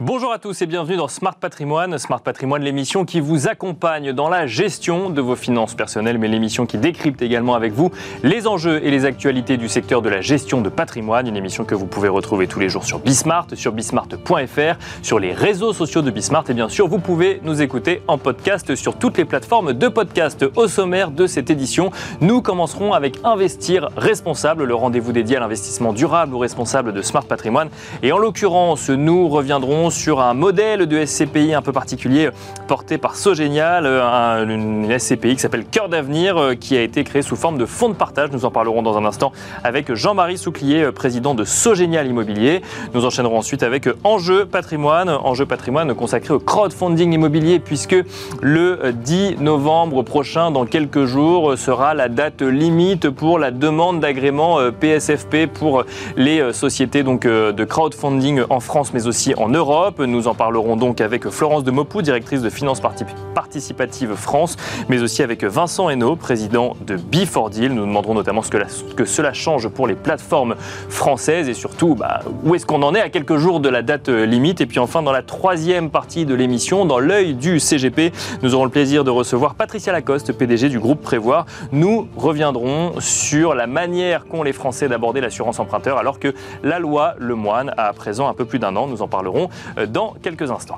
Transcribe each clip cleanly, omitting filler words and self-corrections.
Bonjour à tous et bienvenue dans Smart Patrimoine. Smart Patrimoine, l'émission qui vous accompagne dans la gestion de vos finances personnelles, mais l'émission qui décrypte également avec vous les enjeux et les actualités du secteur de la gestion de patrimoine. Une émission que vous pouvez retrouver tous les jours sur Bismart, sur bismart.fr, sur les réseaux sociaux de Bismart. Et bien sûr, vous pouvez nous écouter en podcast sur toutes les plateformes de podcast. Au sommaire de cette édition, nous commencerons avec Investir Responsable, le rendez-vous dédié à l'investissement durable ou responsable de Smart Patrimoine. Et en l'occurrence, nous reviendrons sur un modèle de SCPI un peu particulier porté par Sogenial, une SCPI qui s'appelle Cœur d'Avenir, qui a été créée sous forme de fonds de partage. Nous en parlerons dans un instant avec Jean-Marie Souclier, président de Sogenial Immobilier. Nous enchaînerons ensuite avec Enjeu Patrimoine consacré au crowdfunding immobilier, puisque le 10 novembre prochain, dans quelques jours, sera la date limite pour la demande d'agrément PSFP pour les sociétés de crowdfunding en France, mais aussi en Europe. Nous en parlerons donc avec Florence de Maupoux, directrice de Finances Participatives France, mais aussi avec Vincent Hainaut, président de B4Deal. Nous demanderons notamment ce que cela change pour les plateformes françaises et surtout où est-ce qu'on en est à quelques jours de la date limite. Et puis enfin, dans la troisième partie de l'émission, dans l'œil du CGP, nous aurons le plaisir de recevoir Patricia Lacoste, PDG du groupe Prévoir. Nous reviendrons sur la manière qu'ont les Français d'aborder l'assurance emprunteur, alors que la loi Lemoine a à présent un peu plus d'un an. Nous en parlerons dans quelques instants.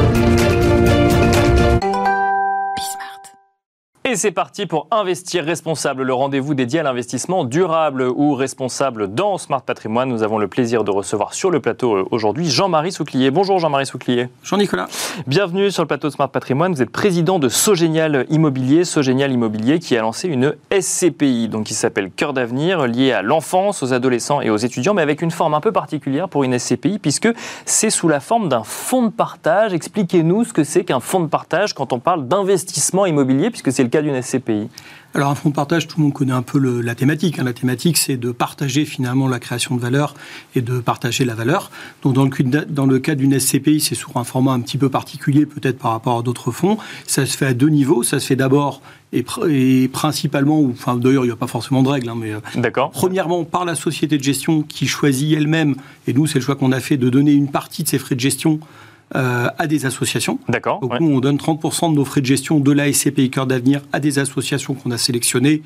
Et c'est parti pour Investir Responsable, le rendez-vous dédié à l'investissement durable ou responsable dans Smart Patrimoine. Nous avons le plaisir de recevoir sur le plateau aujourd'hui Jean-Marie Souclier. Bonjour Jean-Marie Souclier. Bonjour Nicolas. Bienvenue sur le plateau de Smart Patrimoine. Vous êtes président de Sogenial Immobilier qui a lancé une SCPI, qui s'appelle Cœur d'Avenir, liée à l'enfance, aux adolescents et aux étudiants, mais avec une forme un peu particulière pour une SCPI, puisque c'est sous la forme d'un fonds de partage. Expliquez-nous ce que c'est qu'un fonds de partage quand on parle d'investissement immobilier, puisque c'est le cas d'une SCPI. Alors un fonds de partage, tout le monde connaît un peu la thématique. La thématique, c'est de partager finalement la création de valeur et de partager la valeur. Donc dans le cas d'une SCPI, c'est sur un format un petit peu particulier peut-être par rapport à d'autres fonds. Ça se fait à deux niveaux. Ça se fait d'abord et principalement, d'ailleurs il n'y a pas forcément de règles, mais premièrement par la société de gestion qui choisit elle-même, et nous c'est le choix qu'on a fait, de donner une partie de ses frais de gestion à des associations. D'accord. Donc nous, on donne 30% de nos frais de gestion de la SCPI Cœur d'Avenir à des associations qu'on a sélectionnées,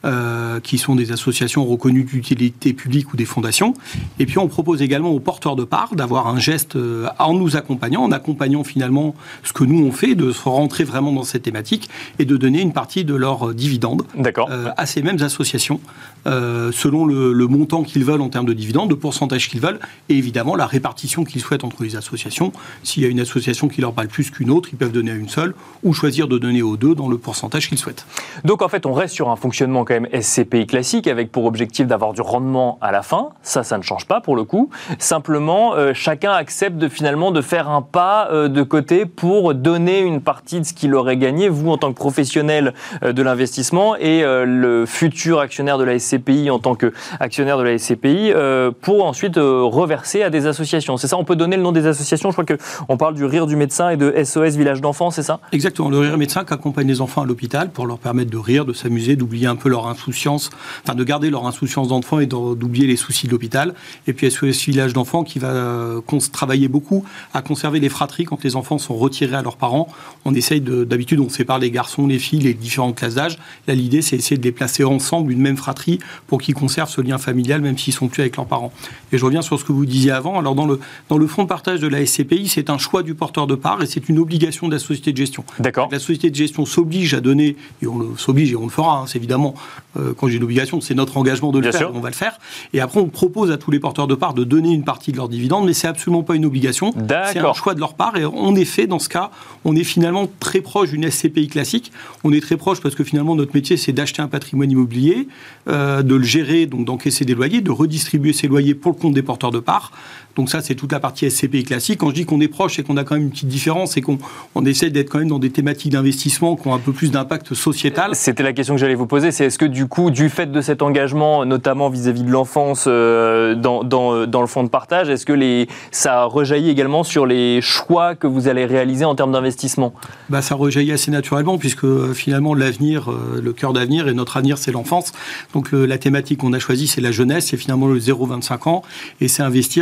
qui sont des associations reconnues d'utilité publique ou des fondations. Et puis on propose également aux porteurs de parts d'avoir un geste en nous accompagnant, en accompagnant finalement ce que nous on fait, de se rentrer vraiment dans cette thématique et de donner une partie de leurs dividendes à ces mêmes associations, selon le montant qu'ils veulent en termes de dividendes, le pourcentage qu'ils veulent, et évidemment la répartition qu'ils souhaitent entre les associations. S'il y a une association qui leur parle plus qu'une autre, ils peuvent donner à une seule ou choisir de donner aux deux dans le pourcentage qu'ils souhaitent. Donc en fait, on reste sur un fonctionnement quand même SCPI classique avec pour objectif d'avoir du rendement à la fin. Ça ne change pas pour le coup. Simplement, chacun accepte finalement de faire un pas de côté pour donner une partie de ce qu'il aurait gagné, vous en tant que professionnel de l'investissement et le futur actionnaire de la SCPI en tant qu'actionnaire de la SCPI pour ensuite reverser à des associations. C'est ça, on peut donner le nom des associations. Je crois qu'on parle du Rire du médecin et de SOS Village d'enfants, c'est ça ? Exactement, le Rire médecin qui accompagne les enfants à l'hôpital pour leur permettre de rire, de s'amuser, d'oublier un peu leur insouciance, de garder leur insouciance d'enfant et d'oublier les soucis de l'hôpital. Et puis SOS Village d'enfants qui va travailler beaucoup à conserver les fratries quand les enfants sont retirés à leurs parents. On essaye d'habitude, on sépare les garçons, les filles, les différentes classes d'âge. Là, l'idée, c'est essayer de les placer ensemble, une même fratrie, pour qu'ils conservent ce lien familial, même s'ils ne sont plus avec leurs parents. Et je reviens sur ce que vous disiez avant. Alors, dans le fonds de partage de la SCPI, c'est un choix du porteur de part et c'est une obligation de la société de gestion. D'accord. La société de gestion s'oblige à donner, et on le fera, c'est évidemment, quand j'ai une obligation, c'est notre engagement de le faire, on va le faire. Et après, on propose à tous les porteurs de part de donner une partie de leurs dividendes, mais c'est absolument pas une obligation. D'accord. C'est un choix de leur part. Et en effet, dans ce cas, on est finalement très proche d'une SCPI classique. On est très proche parce que finalement, notre métier, c'est d'acheter un patrimoine immobilier, de le gérer, donc d'encaisser des loyers, de redistribuer ces loyers pour le compte des porteurs de part. Donc ça, c'est toute la partie SCPI classique. Quand je dis qu'on est proche et qu'on a quand même une petite différence, c'est qu'on essaie d'être quand même dans des thématiques d'investissement qui ont un peu plus d'impact sociétal. C'était la question que j'allais vous poser, c'est est-ce que du coup, du fait de cet engagement, notamment vis-à-vis de l'enfance dans le fonds de partage, est-ce que ça rejaillit également sur les choix que vous allez réaliser en termes d'investissement ? Ça rejaillit assez naturellement puisque finalement l'avenir, le cœur d'avenir et notre avenir, c'est l'enfance. Donc la thématique qu'on a choisie, c'est la jeunesse, c'est finalement le 0-25 ans et c'est investir finalement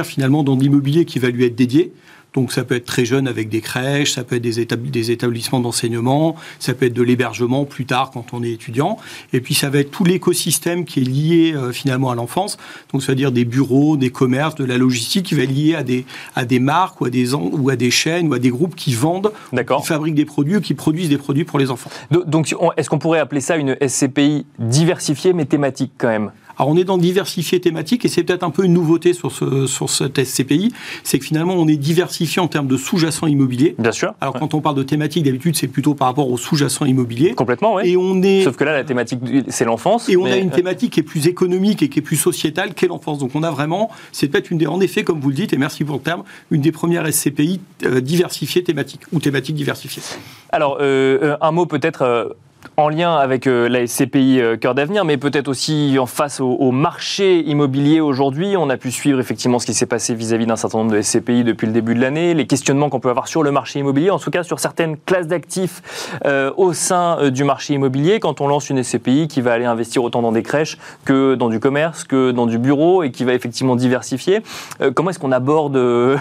dans de l'immobilier qui va lui être dédié. Donc ça peut être très jeune avec des crèches, ça peut être des établissements d'enseignement, ça peut être de l'hébergement plus tard quand on est étudiant. Et puis ça va être tout l'écosystème qui est lié finalement à l'enfance. Donc c'est-à-dire des bureaux, des commerces, de la logistique qui va être lié à des marques ou à des chaînes ou à des groupes qui vendent, qui fabriquent des produits ou qui produisent des produits pour les enfants. Donc est-ce qu'on pourrait appeler ça une SCPI diversifiée mais thématique quand même ? Alors on est dans diversifié thématique et c'est peut-être un peu une nouveauté sur cette SCPI, c'est que finalement on est diversifié en termes de sous-jacent immobilier. Bien sûr. Alors quand on parle de thématique, d'habitude c'est plutôt par rapport au sous-jacent immobilier. Complètement, oui. Sauf que là la thématique c'est l'enfance. Et on a une thématique qui est plus économique et qui est plus sociétale qu'est l'enfance. Donc on a vraiment, c'est peut-être en effet comme vous le dites, et merci pour le terme, une des premières SCPI diversifiées thématiques ou thématiques diversifiées. Alors un mot peut-être... en lien avec la SCPI Cœur d'Avenir, mais peut-être aussi en face au marché immobilier aujourd'hui. On a pu suivre effectivement ce qui s'est passé vis-à-vis d'un certain nombre de SCPI depuis le début de l'année, les questionnements qu'on peut avoir sur le marché immobilier, en tout cas sur certaines classes d'actifs au sein du marché immobilier, quand on lance une SCPI qui va aller investir autant dans des crèches que dans du commerce, que dans du bureau et qui va effectivement diversifier. Comment est-ce qu'on aborde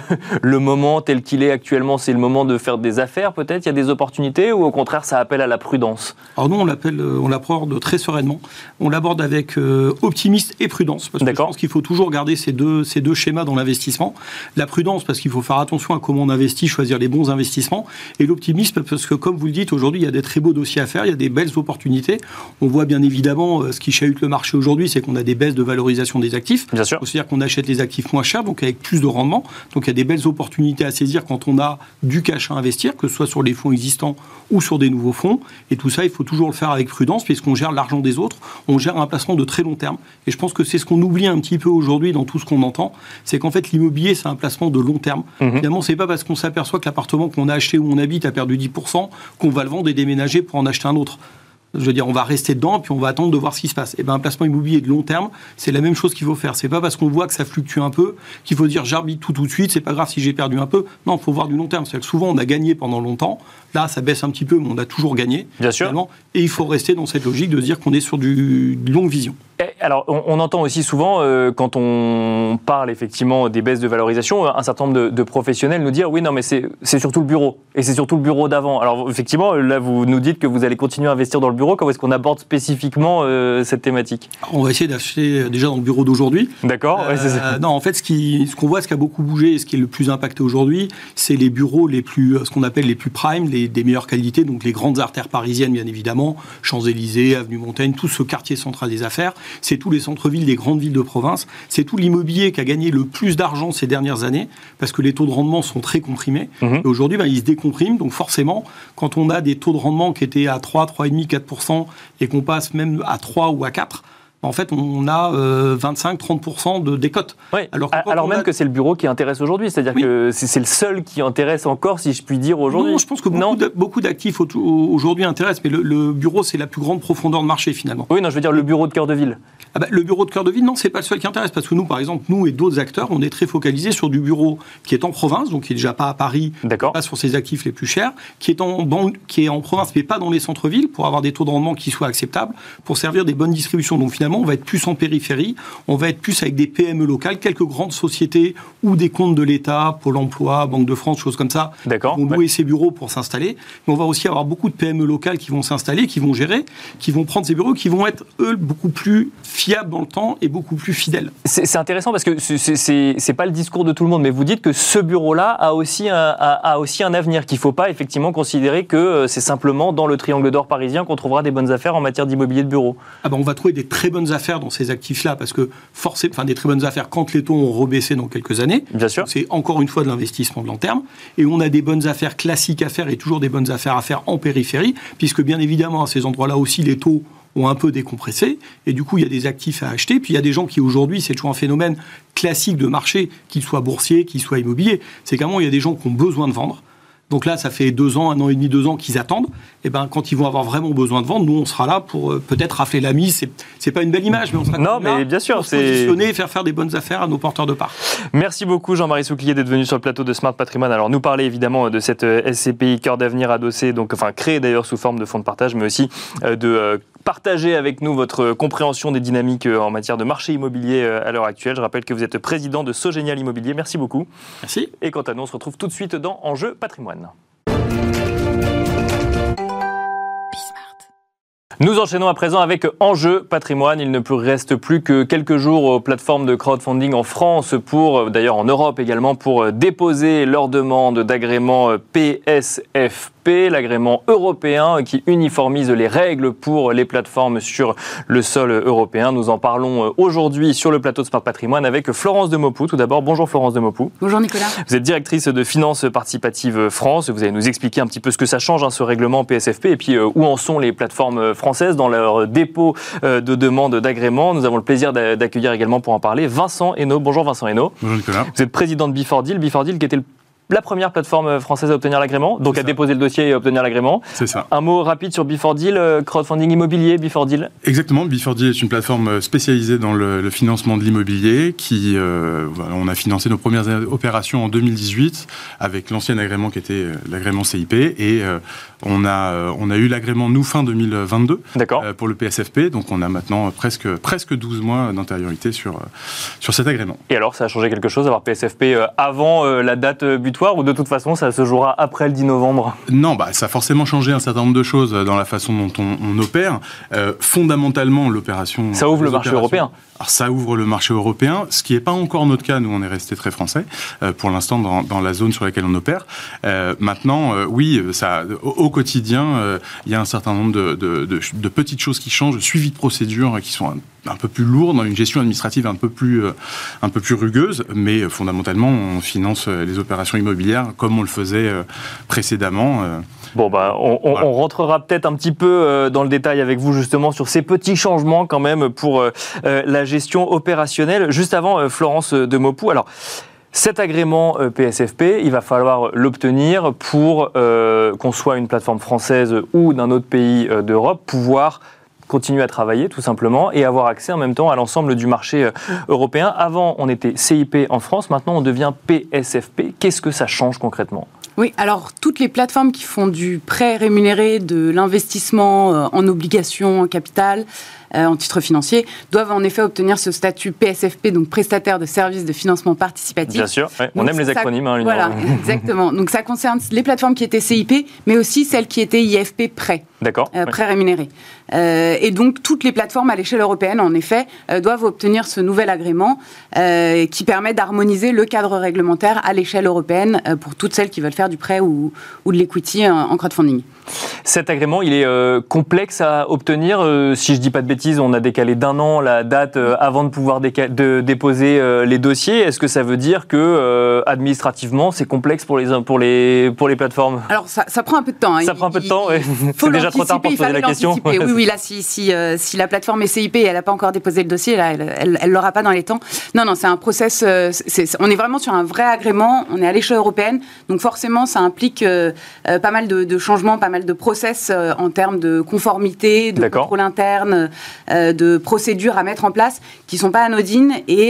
le moment tel qu'il est actuellement ? C'est le moment de faire des affaires peut-être ? Il y a des opportunités ou au contraire ça appelle à la prudence ? Alors nous, on l'aborde très sereinement. On l'aborde avec optimisme et prudence, parce que je pense qu'il faut toujours garder ces deux schémas dans l'investissement. La prudence, parce qu'il faut faire attention à comment on investit, choisir les bons investissements. Et l'optimisme, parce que comme vous le dites, aujourd'hui, il y a des très beaux dossiers à faire, il y a des belles opportunités. On voit bien évidemment, ce qui chahute le marché aujourd'hui, c'est qu'on a des baisses de valorisation des actifs. Bien sûr. C'est-à-dire qu'on achète les actifs moins chers, donc avec plus de rendement. Donc il y a des belles opportunités à saisir quand on a du cash à investir, que ce soit sur les fonds existants ou sur des nouveaux fonds. Et tout ça, il faut toujours le faire avec prudence, puisqu'on gère l'argent des autres, on gère un placement de très long terme. Et je pense que c'est ce qu'on oublie un petit peu aujourd'hui dans tout ce qu'on entend, c'est qu'en fait l'immobilier, c'est un placement de long terme. Finalement, c'est pas parce qu'on s'aperçoit que l'appartement qu'on a acheté où on habite a perdu 10% qu'on va le vendre et déménager pour en acheter un autre. Je veux dire, on va rester dedans, puis on va attendre de voir ce qui se passe. Et bien, un placement immobilier de long terme, c'est la même chose qu'il faut faire. C'est pas parce qu'on voit que ça fluctue un peu qu'il faut dire j'arbitre tout de suite, c'est pas grave si j'ai perdu un peu. Non, il faut voir du long terme. C'est-à-dire que souvent, on a gagné pendant longtemps. Là, ça baisse un petit peu, mais on a toujours gagné. Bien sûr. Et il faut rester dans cette logique de dire qu'on est sur de longue vision. Alors, on entend aussi souvent, quand on parle effectivement des baisses de valorisation, un certain nombre de professionnels nous dire oui, non, mais c'est surtout le bureau. Et c'est surtout le bureau d'avant. Alors, effectivement, là, vous nous dites que vous allez continuer à investir dans le bureau. Comment est-ce qu'on aborde spécifiquement cette thématique ? On va essayer d'acheter déjà dans le bureau d'aujourd'hui. D'accord. Ouais, c'est ça. Non, en fait, ce qu'on voit, ce qui a beaucoup bougé et ce qui est le plus impacté aujourd'hui, c'est les bureaux ce qu'on appelle les plus prime, des meilleures qualités, donc les grandes artères parisiennes, bien évidemment, Champs-Élysées, Avenue Montaigne, tout ce quartier central des affaires. C'est tous les centres-villes des grandes villes de province. C'est tout l'immobilier qui a gagné le plus d'argent ces dernières années, parce que les taux de rendement sont très comprimés. Et aujourd'hui, ils se décompriment. Donc forcément, quand on a des taux de rendement qui étaient à 3, 3,5, 4%, et qu'on passe même à 3 ou à 4, en fait, on a 25-30% de décote. Oui. Alors même que c'est le bureau qui intéresse aujourd'hui, c'est-à-dire que c'est le seul qui intéresse encore, si je puis dire, aujourd'hui. Non, je pense que beaucoup d'actifs aujourd'hui intéressent, mais le bureau, c'est la plus grande profondeur de marché, finalement. Oui, non, je veux dire le bureau de cœur de ville. Le bureau de cœur de ville, non, c'est pas le seul qui intéresse, parce que nous, par exemple, nous et d'autres acteurs, on est très focalisés sur du bureau qui est en province, donc qui est déjà pas à Paris, pas sur ses actifs les plus chers, qui est en province, mais pas dans les centres-villes, pour avoir des taux de rendement qui soient acceptables, pour servir des bonnes distributions. Donc finalement, on va être plus en périphérie, on va être plus avec des PME locales, quelques grandes sociétés ou des comptes de l'État, Pôle emploi, Banque de France, choses comme ça, qui vont louer ces bureaux pour s'installer. Mais on va aussi avoir beaucoup de PME locales qui vont s'installer, qui vont gérer, qui vont prendre ces bureaux, qui vont être, eux, beaucoup plus fiables dans le temps et beaucoup plus fidèles. C'est intéressant parce que c'est pas le discours de tout le monde, mais vous dites que ce bureau-là a aussi un avenir, qu'il ne faut pas effectivement considérer que c'est simplement dans le triangle d'or parisien qu'on trouvera des bonnes affaires en matière d'immobilier de bureau. On va trouver des très bonnes affaires dans ces actifs-là, parce que des très bonnes affaires quand les taux ont rebaissé dans quelques années. Bien sûr. C'est encore une fois de l'investissement de long terme. Et on a des bonnes affaires classiques à faire et toujours des bonnes affaires à faire en périphérie, puisque bien évidemment, à ces endroits-là aussi, les taux ont un peu décompressé, et du coup, il y a des actifs à acheter. Puis il y a des gens qui, aujourd'hui, c'est toujours un phénomène classique de marché, qu'il soit boursier, qu'il soit immobilier, c'est qu'à un moment, il y a des gens qui ont besoin de vendre. Donc là, ça fait 2 ans, 1 an et demi, 2 ans qu'ils attendent. Et quand ils vont avoir vraiment besoin de vendre, nous, on sera là pour peut-être rafler la mise. C'est pas une belle image, mais on sera là bien sûr, pour se positionner et faire des bonnes affaires à nos porteurs de parts. Merci beaucoup, Jean-Marie Souclier, d'être venu sur le plateau de Smart Patrimoine. Alors, nous parler évidemment de cette SCPI Cœur d'Avenir adossée, créée d'ailleurs sous forme de fonds de partage, mais aussi de partagé avec nous votre compréhension des dynamiques en matière de marché immobilier à l'heure actuelle. Je rappelle que vous êtes président de Sogenial Immobilier. Merci beaucoup. Merci. Et quant à nous, on se retrouve tout de suite dans Enjeu Patrimoine. Nous enchaînons à présent avec Enjeu Patrimoine. Il ne reste plus que quelques jours aux plateformes de crowdfunding en France d'ailleurs en Europe également, pour déposer leur demande d'agrément PSFP, l'agrément européen qui uniformise les règles pour les plateformes sur le sol européen. Nous en parlons aujourd'hui sur le plateau de Smart Patrimoine avec Florence Demopou. Tout d'abord, bonjour Florence Demopou. Bonjour Nicolas. Vous êtes directrice de Finances Participatives France. Vous allez nous expliquer un petit peu ce que ça change, ce règlement PSFP, et puis où en sont les plateformes françaises dans leur dépôt de demande d'agrément. Nous avons le plaisir d'accueillir également pour en parler Vincent Hainaut. Bonjour Vincent Hainaut. Bonjour Nicolas. Vous êtes président de Before Deal qui était la première plateforme française à obtenir l'agrément, donc à déposer le dossier et à obtenir l'agrément. C'est ça. Un mot rapide sur Before Deal, crowdfunding immobilier, Before Deal. Exactement, Before Deal est une plateforme spécialisée dans le financement de l'immobilier qui, on a financé nos premières opérations en 2018 avec l'ancien agrément qui était l'agrément CIP et on a eu l'agrément nous fin 2022 pour le PSFP, donc on a maintenant presque 12 mois d'antériorité sur cet agrément. Et alors, ça a changé quelque chose d'avoir PSFP avant la date butoir ou de toute façon ça se jouera après le 10 novembre ? Non, ça a forcément changé un certain nombre de choses dans la façon dont on opère. Fondamentalement, l'opération... Ça ouvre le marché européen. Alors ça ouvre le marché européen, ce qui n'est pas encore notre cas. Nous, on est resté très français pour l'instant dans la zone sur laquelle on opère. Maintenant, oui, au quotidien, il y a un certain nombre de petites choses qui changent, de suivi de procédures qui sont un peu plus lourdes, dans une gestion administrative un peu plus rugueuse, mais fondamentalement, on finance les opérations immobilières comme on le faisait précédemment. Bon, on rentrera peut-être un petit peu dans le détail avec vous justement sur ces petits changements quand même pour la gestion opérationnelle. Juste avant, Florence Demopou, alors cet agrément PSFP, il va falloir l'obtenir pour qu'on soit une plateforme française ou d'un autre pays d'Europe, pouvoir continuer à travailler tout simplement et avoir accès en même temps à l'ensemble du marché européen. Avant, on était CIP en France, maintenant on devient PSFP. Qu'est-ce que ça change concrètement ? Oui, alors toutes les plateformes qui font du prêt rémunéré, de l'investissement en obligations, en capital, en titre financier, doivent en effet obtenir ce statut PSFP, donc prestataire de services de financement participatif. Bien sûr, ouais. On aime les acronymes. Voilà, exactement. Donc ça concerne les plateformes qui étaient CIP, mais aussi celles qui étaient IFP prêt. D'accord. Prêt rémunéré. Et donc toutes les plateformes à l'échelle européenne, en effet, doivent obtenir ce nouvel agrément qui permet d'harmoniser le cadre réglementaire à l'échelle européenne pour toutes celles qui veulent faire du prêt ou de l'equity en crowdfunding. Cet agrément, il est complexe à obtenir. Si je ne dis pas de bêtises, on a décalé d'un an la date avant de pouvoir déposer les dossiers. Est-ce que ça veut dire que administrativement, c'est complexe pour les plateformes ? Alors, ça prend un peu de temps. Ça prend un peu de temps, oui. C'est déjà trop tard pour se poser la question. Oui, là, si la plateforme est CIP et elle n'a pas encore déposé le dossier, là, elle ne l'aura pas dans les temps. Non, c'est un process. On est vraiment sur un vrai agrément. On est à l'échelle européenne. Donc, forcément, ça implique pas mal de changements, pas mal de process en termes de conformité, de contrôle interne, de procédures à mettre en place qui ne sont pas anodines.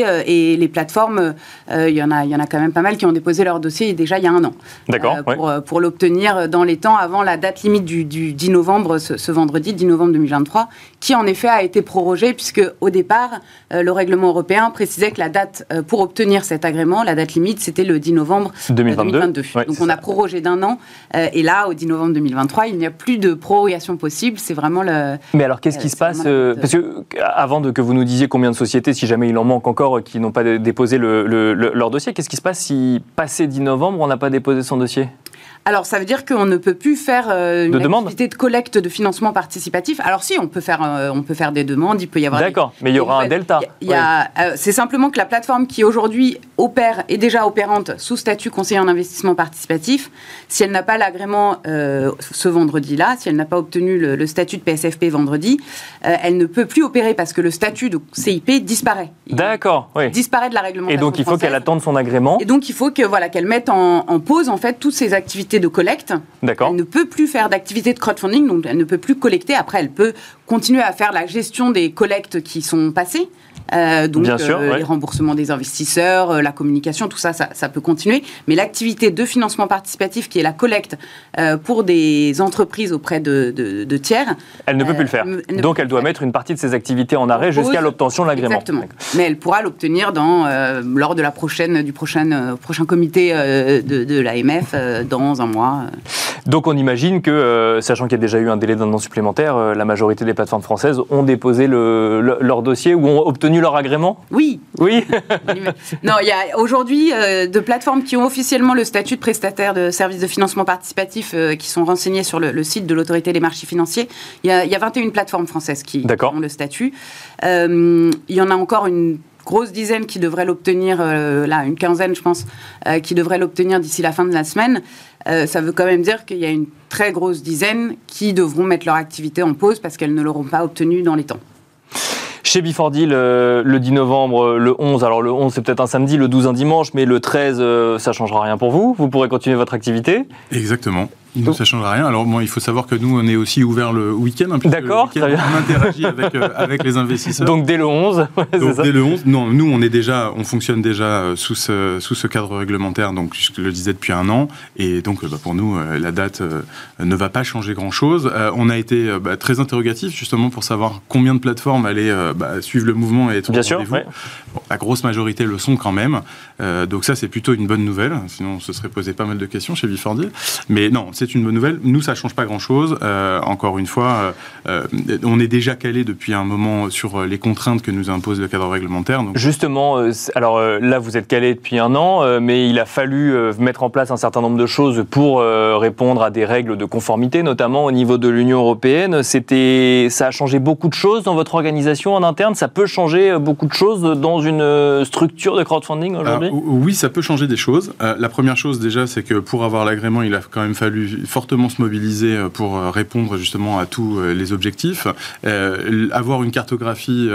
Et les plateformes, il y en a quand même pas mal qui ont déposé leur dossier déjà il y a un an. D'accord. Pour l'obtenir dans les temps avant la date limite du 10 novembre, ce vendredi, 10 novembre 2023, qui en effet a été prorogé puisque au départ, le règlement européen précisait que la date pour obtenir cet agrément, la date limite, c'était le 10 novembre 2022. Ouais, donc on a prorogé d'un an et là, au 10 novembre 2023, il n'y a plus de prorogation possible. C'est vraiment le... Mais alors, qu'est-ce qui se passe parce que avant que vous nous disiez combien de sociétés, si jamais il en manque encore, qui n'ont pas déposé leur dossier, qu'est-ce qui se passe si, passé 10 novembre, on n'a pas déposé son dossier ? Alors, ça veut dire qu'on ne peut plus faire une activité de collecte de financement participatif. Alors si, on peut faire des demandes, il peut y avoir... D'accord, mais il y aura un delta. C'est simplement que la plateforme qui aujourd'hui est déjà opérante sous statut conseiller en investissement participatif, si elle n'a pas l'agrément ce vendredi-là, si elle n'a pas obtenu le statut de PSFP vendredi, elle ne peut plus opérer parce que le statut de CIP disparaît. D'accord, oui. Disparaît de la réglementation Et donc il faut française. qu'elle attende son agrément. Et donc il faut qu'elle mette en pause en fait toutes ses activités de collecte. D'accord. Elle ne peut plus faire d'activité de crowdfunding, donc elle ne peut plus collecter. Après, elle peut continuer à faire la gestion des collectes qui sont passées, Donc les remboursements des investisseurs, la communication, tout ça peut continuer. Mais l'activité de financement participatif, qui est la collecte pour des entreprises auprès de tiers, elle ne peut plus le faire. Donc elle doit mettre une partie de ses activités en arrêt jusqu'à l'obtention de l'agrément. Exactement. Mais elle pourra l'obtenir lors de du prochain comité de l'AMF dans un mois. Donc on imagine que, sachant qu'il y a déjà eu un délai d'un an supplémentaire, la majorité des plateformes françaises ont déposé leur dossier ou ont obtenu leur agrément ? Oui. Oui. Non, il y a aujourd'hui de plateformes qui ont officiellement le statut de prestataire de services de financement participatif qui sont renseignées sur le site de l'autorité des marchés financiers. Il y a 21 plateformes françaises qui ont le statut. Il y en a encore une grosse dizaine qui devraient l'obtenir, une quinzaine je pense, qui devraient l'obtenir d'ici la fin de la semaine. Ça veut quand même dire qu'il y a une très grosse dizaine qui devront mettre leur activité en pause parce qu'elles ne l'auront pas obtenue dans les temps. Chez Bifordi, le 10 novembre, le 11, alors le 11 c'est peut-être un samedi, le 12 un dimanche, mais le 13 ça ne changera rien pour vous, vous pourrez continuer votre activité. Exactement. Nous, ça ne changera rien. Alors, il faut savoir que nous, on est aussi ouvert le week-end. D'accord, très bien. On interagit avec les investisseurs. Donc, dès le 11. Donc, dès le 11. Non, nous, on fonctionne déjà sous ce cadre réglementaire, donc, je le disais depuis un an. Et donc, pour nous, la date ne va pas changer grand-chose. On a été très interrogatifs, justement, pour savoir combien de plateformes allaient suivre le mouvement et être au rendez-vous. Ouais. Bon, la grosse majorité le sont quand même. Donc, ça, c'est plutôt une bonne nouvelle. Sinon, on se serait posé pas mal de questions chez Bifordi. Mais non, c'est une bonne nouvelle. Nous, ça ne change pas grand-chose. Encore une fois, on est déjà calé depuis un moment sur les contraintes que nous impose le cadre réglementaire. Donc... Justement, alors là, vous êtes calé depuis un an, mais il a fallu mettre en place un certain nombre de choses pour répondre à des règles de conformité, notamment au niveau de l'Union européenne. Ça a changé beaucoup de choses dans votre organisation en interne. Ça peut changer beaucoup de choses dans une structure de crowdfunding aujourd'hui ? Oui, ça peut changer des choses. La première chose, déjà, c'est que pour avoir l'agrément, il a quand même fallu fortement se mobiliser pour répondre justement à tous les objectifs. Avoir une cartographie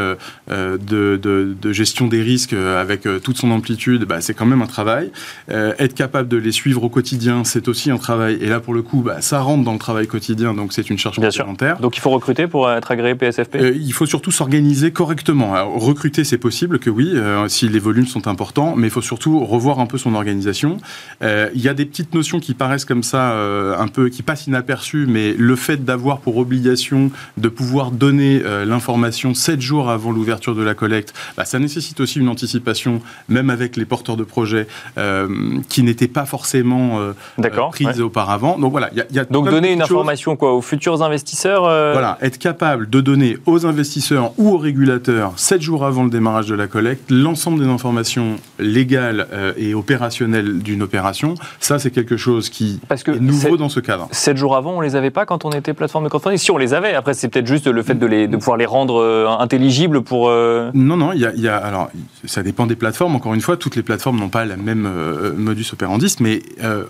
de gestion des risques avec toute son amplitude, c'est quand même un travail. Être capable de les suivre au quotidien, c'est aussi un travail. Et là, pour le coup, ça rentre dans le travail quotidien, donc c'est une charge supplémentaire. Donc il faut recruter pour être agréé PSFP ? Il faut surtout s'organiser correctement. Alors, recruter, c'est possible que oui, si les volumes sont importants, mais il faut surtout revoir un peu son organisation. Il y a des petites notions qui paraissent comme ça, qui passe inaperçu, mais le fait d'avoir pour obligation de pouvoir donner l'information 7 jours avant l'ouverture de la collecte, ça nécessite aussi une anticipation, même avec les porteurs de projets, qui n'étaient pas forcément prises auparavant. Donc voilà, il y a donc donner une information aux futurs investisseurs. Voilà, être capable de donner aux investisseurs ou aux régulateurs 7 jours avant le démarrage de la collecte l'ensemble des informations légales et opérationnelles d'une opération. Ça, c'est quelque chose qui est nouveau dans ce cadre. 7 jours avant, on les avait pas quand on était plateforme de crowdfunding ? Si, on les avait. Après, c'est peut-être juste le fait de pouvoir les rendre intelligibles pour... Non, alors, ça dépend des plateformes. Encore une fois, toutes les plateformes n'ont pas la même modus operandi, mais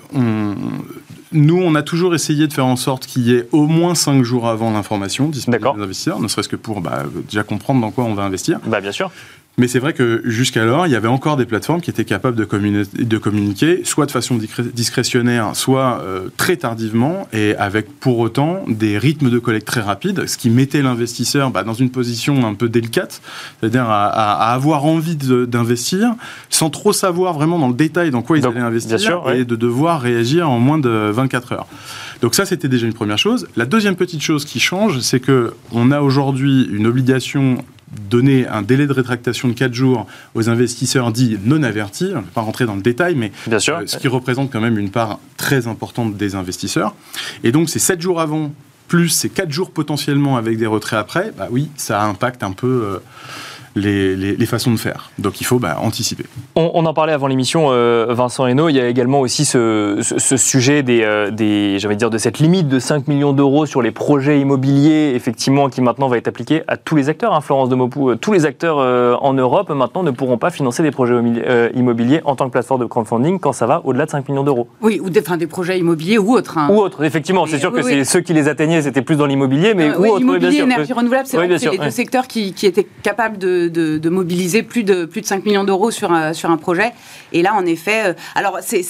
nous, on a toujours essayé de faire en sorte qu'il y ait au moins 5 jours avant l'information disponible des investisseurs, ne serait-ce que pour déjà comprendre dans quoi on va investir. Bien sûr. Mais c'est vrai que jusqu'alors, il y avait encore des plateformes qui étaient capables de communiquer, soit de façon discrétionnaire, soit très tardivement, et avec pour autant des rythmes de collecte très rapides, ce qui mettait l'investisseur dans une position un peu délicate, c'est-à-dire à avoir envie d'investir, sans trop savoir vraiment dans le détail dans quoi ils allaient investir, et de devoir réagir en moins de 24 heures. Donc ça, c'était déjà une première chose. La deuxième petite chose qui change, c'est qu'on a aujourd'hui une obligation donner un délai de rétractation de 4 jours aux investisseurs dits non avertis. Je ne vais pas rentrer dans le détail, mais ce qui représente quand même une part très importante des investisseurs. Et donc, c'est 7 jours avant, plus ces 4 jours potentiellement avec des retraits après, oui, ça impacte un peu... Les façons de faire. Donc il faut anticiper. On en parlait avant l'émission, Vincent Hainaut, il y a également aussi ce sujet de cette limite de 5 millions d'euros sur les projets immobiliers, effectivement, qui maintenant va être appliqué à tous les acteurs, Florence Demopou. Tous les acteurs en Europe maintenant ne pourront pas financer des projets immobiliers en tant que plateforme de crowdfunding quand ça va au-delà de 5 millions d'euros. Oui, ou des projets immobiliers ou autres. Ou autres, effectivement. C'est sûr que c'est ceux qui les atteignaient, c'était plus dans l'immobilier, mais ou autres. Immobilier, énergie renouvelable, c'est vrai que c'est les deux secteurs qui étaient capables de de mobiliser plus de 5 millions d'euros sur un projet. Et là, en effet, alors c'est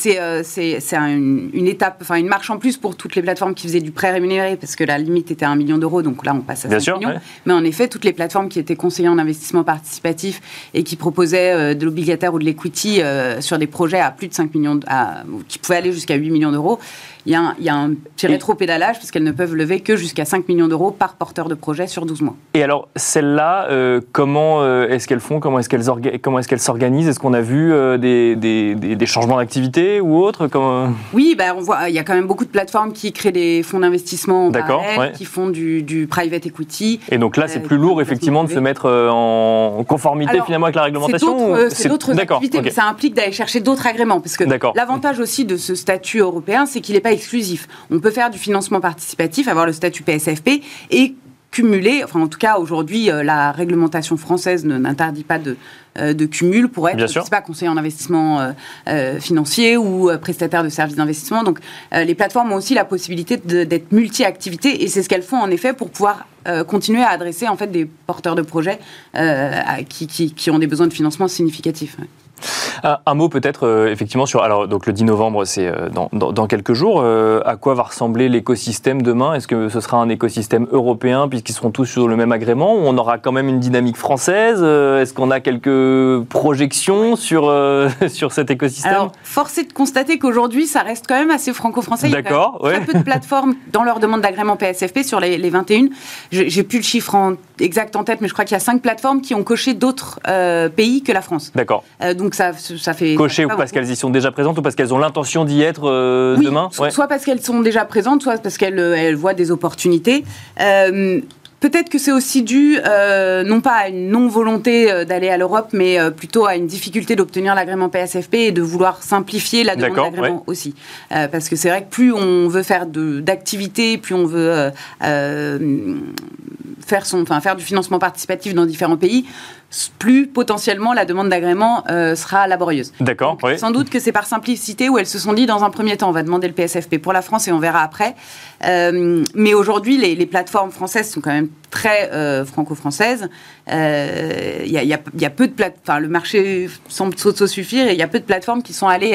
une étape, enfin une marche en plus pour toutes les plateformes qui faisaient du prêt rémunéré, parce que la limite était à 1 million d'euros, donc là on passe à 5 millions. Ouais. Mais en effet, toutes les plateformes qui étaient conseillées en investissement participatif et qui proposaient de l'obligataire ou de l'equity sur des projets à plus de 5 millions, qui pouvaient aller jusqu'à 8 millions d'euros, il y a un petit rétro-pédalage parce qu'elles ne peuvent lever que jusqu'à 5 millions d'euros par porteur de projet sur 12 mois. Et alors, celles-là, comment est-ce qu'elles font ? Comment est-ce qu'elles s'organisent ? Est-ce qu'on a vu des changements d'activité ou autre ? Oui, on voit, il y a quand même beaucoup de plateformes qui créent des fonds d'investissement en parallèle, qui font du private equity. Et donc là, c'est plus lourd, effectivement, de se mettre en conformité finalement avec la réglementation. C'est d'autres activités, mais ça implique d'aller chercher d'autres agréments. Parce que l'avantage aussi de ce statut européen, c'est qu'il n'est pas exclusif. On peut faire du financement participatif, avoir le statut PSFP et cumuler, enfin en tout cas aujourd'hui la réglementation française n'interdit pas de cumul pour être, je sais pas, conseiller en investissement financier ou prestataire de services d'investissement. Donc les plateformes ont aussi la possibilité d'être multi-activités et c'est ce qu'elles font en effet pour pouvoir continuer à adresser en fait des porteurs de projets qui ont des besoins de financement significatifs. Ouais. Un mot peut-être effectivement sur, alors donc le 10 novembre c'est dans quelques jours, à quoi va ressembler l'écosystème demain ? Est-ce que ce sera un écosystème européen puisqu'ils seront tous sur le même agrément ou on aura quand même une dynamique française ? Est-ce qu'on a quelques projections sur cet écosystème ? Alors force est de constater qu'aujourd'hui ça reste quand même assez franco-français. D'accord, il y a très peu de plateformes dans leur demande d'agrément PSFP sur les 21. J'ai plus le chiffre exact en tête mais je crois qu'il y a 5 plateformes qui ont coché d'autres pays que la France. D'accord. Donc ça fait... Cocher ou parce qu'elles y sont déjà présentes ou parce qu'elles ont l'intention d'y être demain ? Soit parce qu'elles sont déjà présentes, soit parce qu'elles voient des opportunités. Peut-être que c'est aussi dû, non pas à une non-volonté d'aller à l'Europe, mais plutôt à une difficulté d'obtenir l'agrément PSFP et de vouloir simplifier la demande d'agrément aussi. Parce que c'est vrai que plus on veut faire d'activités, plus on veut faire du financement participatif dans différents pays, plus potentiellement la demande d'agrément sera laborieuse. D'accord. Donc, sans doute que c'est par simplicité où elles se sont dit dans un premier temps on va demander le PSFP pour la France et on verra après. Mais aujourd'hui les plateformes françaises sont quand même très franco-françaises. Il y a peu de plateformes. Le marché semble s'autosuffire et il y a peu de plateformes qui sont allées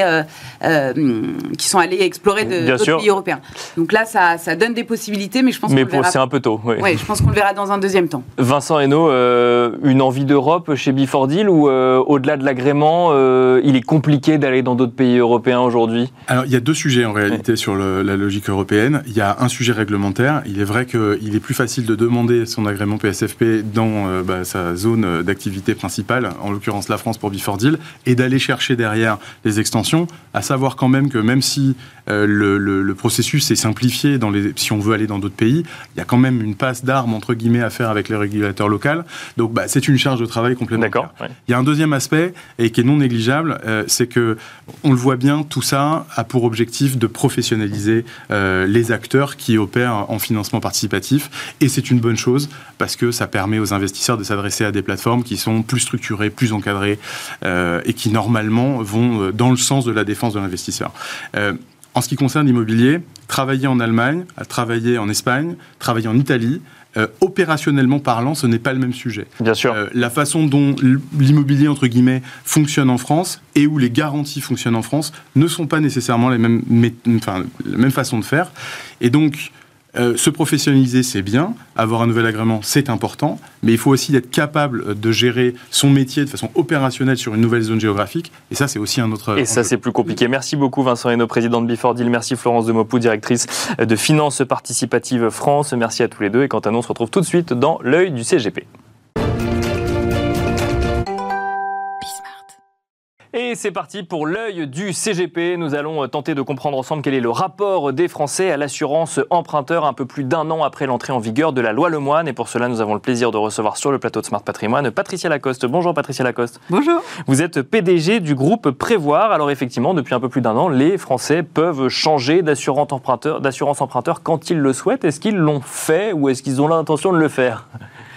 explorer d'autres pays européens. Donc là ça donne des possibilités, mais je pense qu'on le verra. C'est un peu tôt. Oui, je pense qu'on le verra dans un deuxième temps. Vincent Hainaut, une envie d'Europe chez Before Deal ou au-delà de l'agrément, il est compliqué d'aller dans d'autres pays européens aujourd'hui ? Alors il y a deux sujets en réalité sur la logique européenne. Il y a un sujet réglementaire. Il est vrai qu'il est plus facile de demander son agrément PSFP dans sa zone d'activité principale, en l'occurrence la France pour Before Deal, et d'aller chercher derrière les extensions, à savoir quand même que même si le processus est simplifié si on veut aller dans d'autres pays, il y a quand même une passe d'armes entre guillemets à faire avec les régulateurs locaux. Donc c'est une charge de travail complémentaire. Il y a un deuxième aspect et qui est non négligeable, c'est que on le voit bien, tout ça a pour objectif de professionnaliser les acteurs qui opèrent en financement participatif, et c'est une bonne chose parce que ça permet aux investisseurs de s'adresser à des plateformes qui sont plus structurées, plus encadrées et qui normalement vont dans le sens de la défense de l'investisseur. En ce qui concerne l'immobilier, travailler en Allemagne, travailler en Espagne, travailler en Italie, opérationnellement parlant, ce n'est pas le même sujet. Bien sûr. La façon dont l'immobilier, entre guillemets, fonctionne en France et où les garanties fonctionnent en France ne sont pas nécessairement la même façon de faire. Et donc, se professionnaliser, c'est bien. Avoir un nouvel agrément, c'est important. Mais il faut aussi être capable de gérer son métier de façon opérationnelle sur une nouvelle zone géographique. Et ça, c'est aussi un autre... Et ça, c'est plus compliqué. Merci beaucoup, Vincent Hainaut, président de Before Deal. Merci, Florence Demopou, directrice de Finance Participative France. Merci à tous les deux. Et quant à nous, on se retrouve tout de suite dans l'œil du CGP. Et c'est parti pour l'œil du CGP. Nous allons tenter de comprendre ensemble quel est le rapport des Français à l'assurance emprunteur un peu plus d'un an après l'entrée en vigueur de la loi Lemoine. Et pour cela, nous avons le plaisir de recevoir sur le plateau de Smart Patrimoine Patricia Lacoste. Bonjour Patricia Lacoste. Bonjour. Vous êtes PDG du groupe Prévoir. Alors effectivement, depuis un peu plus d'un an, les Français peuvent changer d'assurance emprunteur quand ils le souhaitent. Est-ce qu'ils l'ont fait ou est-ce qu'ils ont l'intention de le faire ?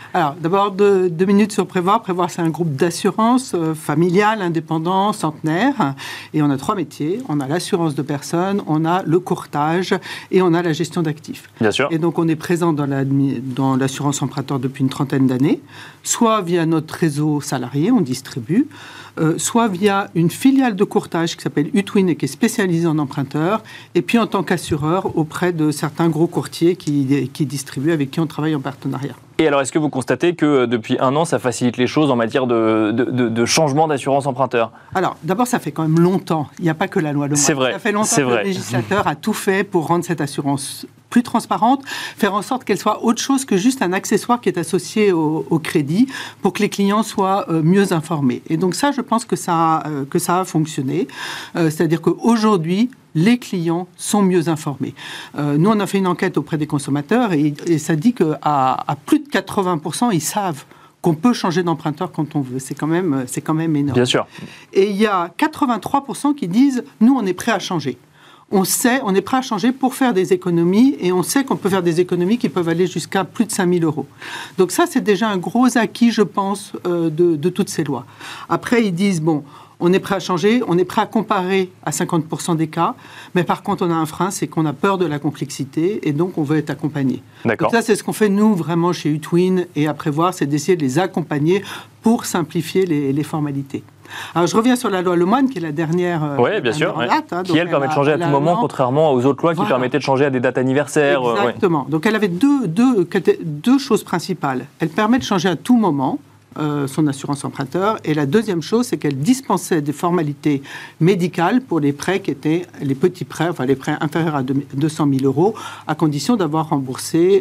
Alors, d'abord, 2 minutes sur Prévoir. Prévoir, c'est un groupe d'assurance familiale, indépendant, centenaire. Et on a 3 métiers. On a l'assurance de personnes, on a le courtage et on a la gestion d'actifs. Bien sûr. Et donc, on est présent dans l'assurance emprunteur depuis une trentaine d'années, soit via notre réseau salarié, on distribue, soit via une filiale de courtage qui s'appelle Utwin et qui est spécialisée en emprunteurs, et puis en tant qu'assureur auprès de certains gros courtiers qui distribuent, avec qui on travaille en partenariat. Et alors, est-ce que vous constatez que depuis 1 an, ça facilite les choses en matière de changement d'assurance emprunteur? Alors, d'abord, ça fait quand même longtemps. Il n'y a pas que la loi Lemoine. C'est vrai. Ça fait longtemps que le législateur a tout fait pour rendre cette assurance plus transparente, faire en sorte qu'elle soit autre chose que juste un accessoire qui est associé au crédit pour que les clients soient mieux informés. Et donc ça, je pense que ça a fonctionné. C'est-à-dire qu'aujourd'hui, les clients sont mieux informés. Nous, on a fait une enquête auprès des consommateurs et ça dit qu'à plus de 80%, ils savent qu'on peut changer d'emprunteur quand on veut. C'est quand même énorme. Bien sûr. Et il y a 83% qui disent « nous, on est prêts à changer ». On est prêt à changer pour faire des économies et on sait qu'on peut faire des économies qui peuvent aller jusqu'à plus de 5 000 €. Donc ça, c'est déjà un gros acquis, je pense, de toutes ces lois. Après, ils disent, bon, on est prêt à changer, on est prêt à comparer à 50% des cas, mais par contre, on a un frein, c'est qu'on a peur de la complexité et donc on veut être accompagné. D'accord. Donc ça, c'est ce qu'on fait, nous, vraiment, chez Utwin et à Prévoir, c'est d'essayer de les accompagner pour simplifier les formalités. Alors, je reviens sur la loi Lemoine, qui est la dernière. Oui, bien sûr. Date, qui, elle, permet de changer à tout moment, contrairement aux autres lois qui permettaient de changer à des dates anniversaires. Exactement. Donc, elle avait deux choses principales. Elle permet de changer à tout moment son assurance emprunteur. Et la deuxième chose, c'est qu'elle dispensait des formalités médicales pour les prêts qui étaient les petits prêts, enfin les prêts inférieurs à 200 000 €, à condition d'avoir remboursé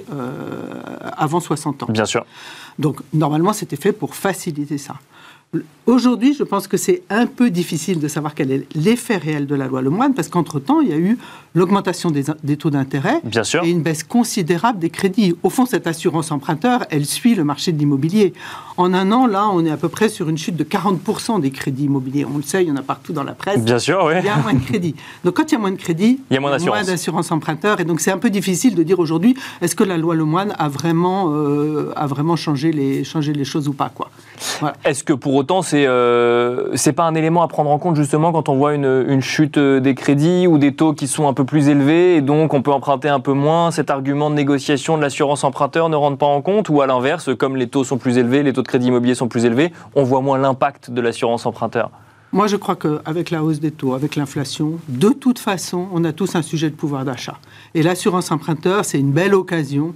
avant 60 ans. Bien sûr. Donc, normalement, c'était fait pour faciliter ça. Aujourd'hui, je pense que c'est un peu difficile de savoir quel est l'effet réel de la loi Lemoine, parce qu'entre-temps, il y a eu l'augmentation des taux d'intérêt et une baisse considérable des crédits. Au fond, cette assurance emprunteur, elle suit le marché de l'immobilier. En 1 an, là, on est à peu près sur une chute de 40% des crédits immobiliers. On le sait, il y en a partout dans la presse. Bien sûr, oui. Il y a moins de crédits. Donc, quand il y a moins de crédits, il y a moins d'assurance emprunteur. Et donc, c'est un peu difficile de dire aujourd'hui, est-ce que la loi Lemoine a vraiment changé les choses ou pas, quoi. Voilà. Est-ce que pour autant, c'est pas un élément à prendre en compte justement quand on voit une chute des crédits ou des taux qui sont un peu plus élevés et donc on peut emprunter un peu moins? Cet argument de négociation de l'assurance emprunteur ne rentre pas en compte, ou à l'inverse, comme les taux sont plus élevés, les taux de crédit immobilier sont plus élevés, on voit moins l'impact de l'assurance emprunteur? Moi, je crois qu'avec la hausse des taux, avec l'inflation, de toute façon, on a tous un sujet de pouvoir d'achat. Et l'assurance emprunteur, c'est une belle occasion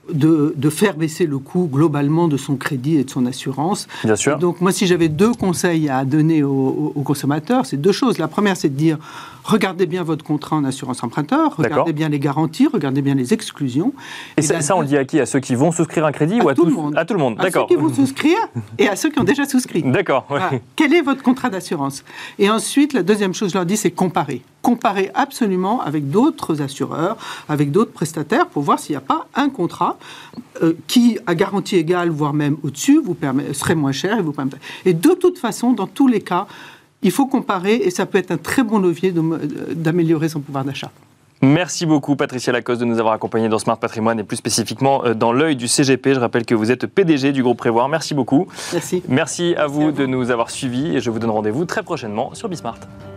de faire baisser le coût globalement de son crédit et de son assurance. Bien sûr. Et donc moi, si j'avais 2 conseils à donner aux consommateurs, c'est 2 choses. La première, c'est de dire, regardez bien votre contrat en assurance emprunteur, regardez bien les garanties, regardez bien les exclusions. Et ça, on le dit à qui? À ceux qui vont souscrire un crédit ou à tout le monde? À tout le monde, d'accord. À ceux qui vont souscrire et à ceux qui ont déjà souscrit. D'accord. Voilà. Quel est votre contrat d'assurance? Et ensuite, la deuxième chose, je leur dis, c'est comparer. Comparer absolument avec d'autres assureurs, avec d'autres prestataires, pour voir s'il n'y a pas un contrat qui, à garantie égale, voire même au-dessus, serait moins cher et vous permettrait. Et de toute façon, dans tous les cas, il faut comparer et ça peut être un très bon levier d'améliorer son pouvoir d'achat. Merci beaucoup Patricia Lacoste de nous avoir accompagnés dans Smart Patrimoine et plus spécifiquement dans l'œil du CGP. Je rappelle que vous êtes PDG du groupe Prévoir. Merci beaucoup. Merci. Merci à vous de nous avoir suivis et je vous donne rendez-vous très prochainement sur Bismart.